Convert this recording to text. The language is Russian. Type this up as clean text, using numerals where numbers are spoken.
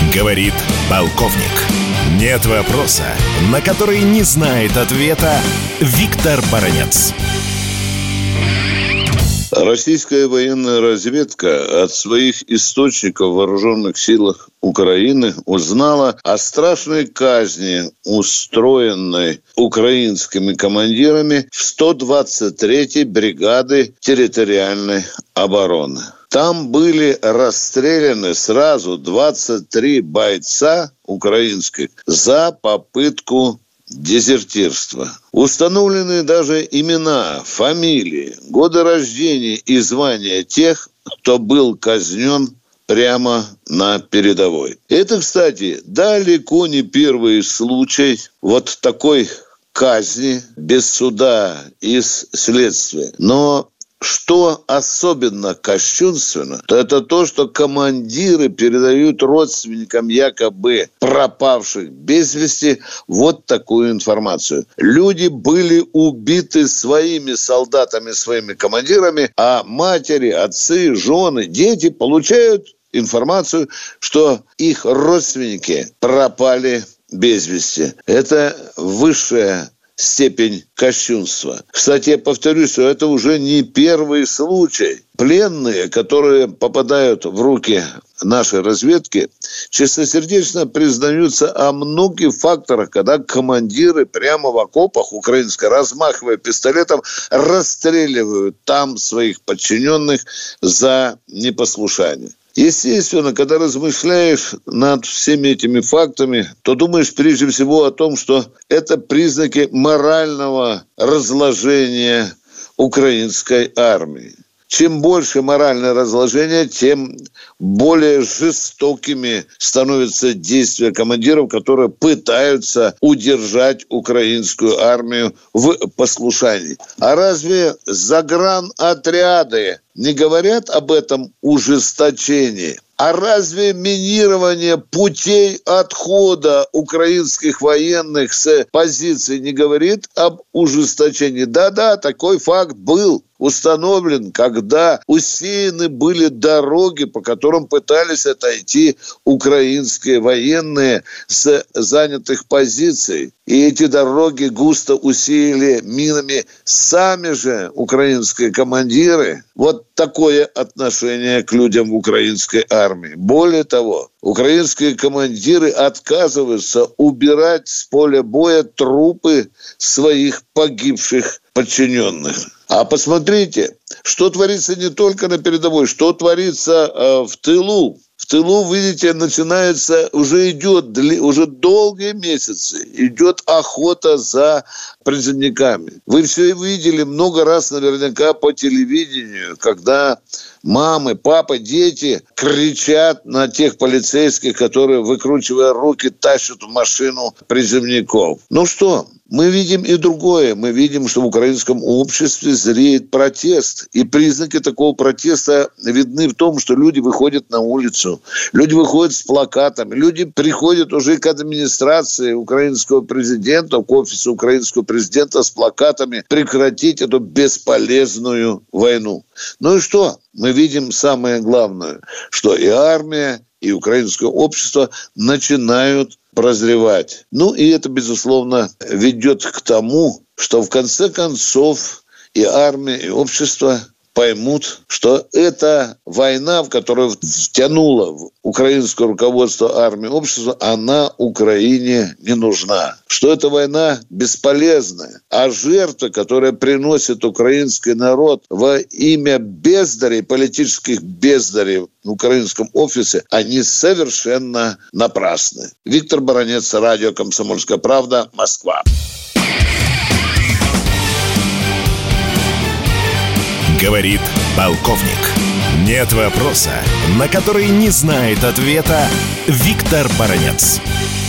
Говорит полковник. Нет вопроса, на который не знает ответа Виктор Баранец. Российская военная разведка от своих источников в вооруженных силах Украины узнала о страшной казни, устроенной украинскими командирами в 123-й бригады территориальной обороны. Там были расстреляны сразу 23 бойца украинских за попытку дезертирства. Установлены даже имена, фамилии, годы рождения и звания тех, кто был казнен прямо на передовой. Это, кстати, далеко не первый случай вот такой казни без суда и следствия. Но что особенно кощунственно, то это то, что командиры передают родственникам якобы пропавших без вести вот такую информацию. Люди были убиты своими солдатами, своими командирами, а матери, отцы, жены, дети получают информацию, что их родственники пропали без вести. Это высшая степень кощунства. Кстати, я повторюсь, что это уже не первый случай. Пленные, которые попадают в руки нашей разведки, чистосердечно признаются о многих факторах, когда командиры прямо в окопах украинской, размахивая пистолетом, расстреливают там своих подчиненных за непослушание. Естественно, когда размышляешь над всеми этими фактами, то думаешь прежде всего о том, что это признаки морального разложения украинской армии. Чем больше моральное разложение, тем более жестокими становятся действия командиров, которые пытаются удержать украинскую армию в послушании. А разве загранотряды не говорят об этом ужесточении? А разве минирование путей отхода украинских военных с позиций не говорит об ужесточении? Да-да, такой факт был установлен, когда усеяны были дороги, по которым пытались отойти украинские военные с занятых позиций. И эти дороги густо усеяли минами сами же украинские командиры. Вот такое отношение к людям в украинской армии. Более того, украинские командиры отказываются убирать с поля боя трупы своих погибших подчиненных. А посмотрите, что творится не только на передовой, что творится в тылу. В тылу, видите, начинается, уже долгие месяцы, идет охота за призывниками. Вы все видели много раз наверняка по телевидению, когда мамы, папы, дети кричат на тех полицейских, которые, выкручивая руки, тащат в машину призывников. Ну что? Мы видим и другое. Мы видим, что в украинском обществе зреет протест. И признаки такого протеста видны в том, что люди выходят на улицу, люди выходят с плакатами, люди приходят уже к администрации украинского президента, к офису украинского президента с плакатами «Прекратить эту бесполезную войну». Ну и что? Мы видим самое главное, что и армия, и украинское общество начинают прозревать. Ну и это, безусловно, ведет к тому, что в конце концов и армия, и общество поймут, что эта война, в которую втянуло украинское руководство армии, общества, она Украине не нужна. Что эта война бесполезная. А жертвы, которые приносит украинский народ во имя бездарей, политических бездарей в украинском офисе, они совершенно напрасны. Виктор Баранец, радио «Комсомольская правда», Москва. Говорит полковник. Нет вопроса, на который не знает ответа Виктор Баранец.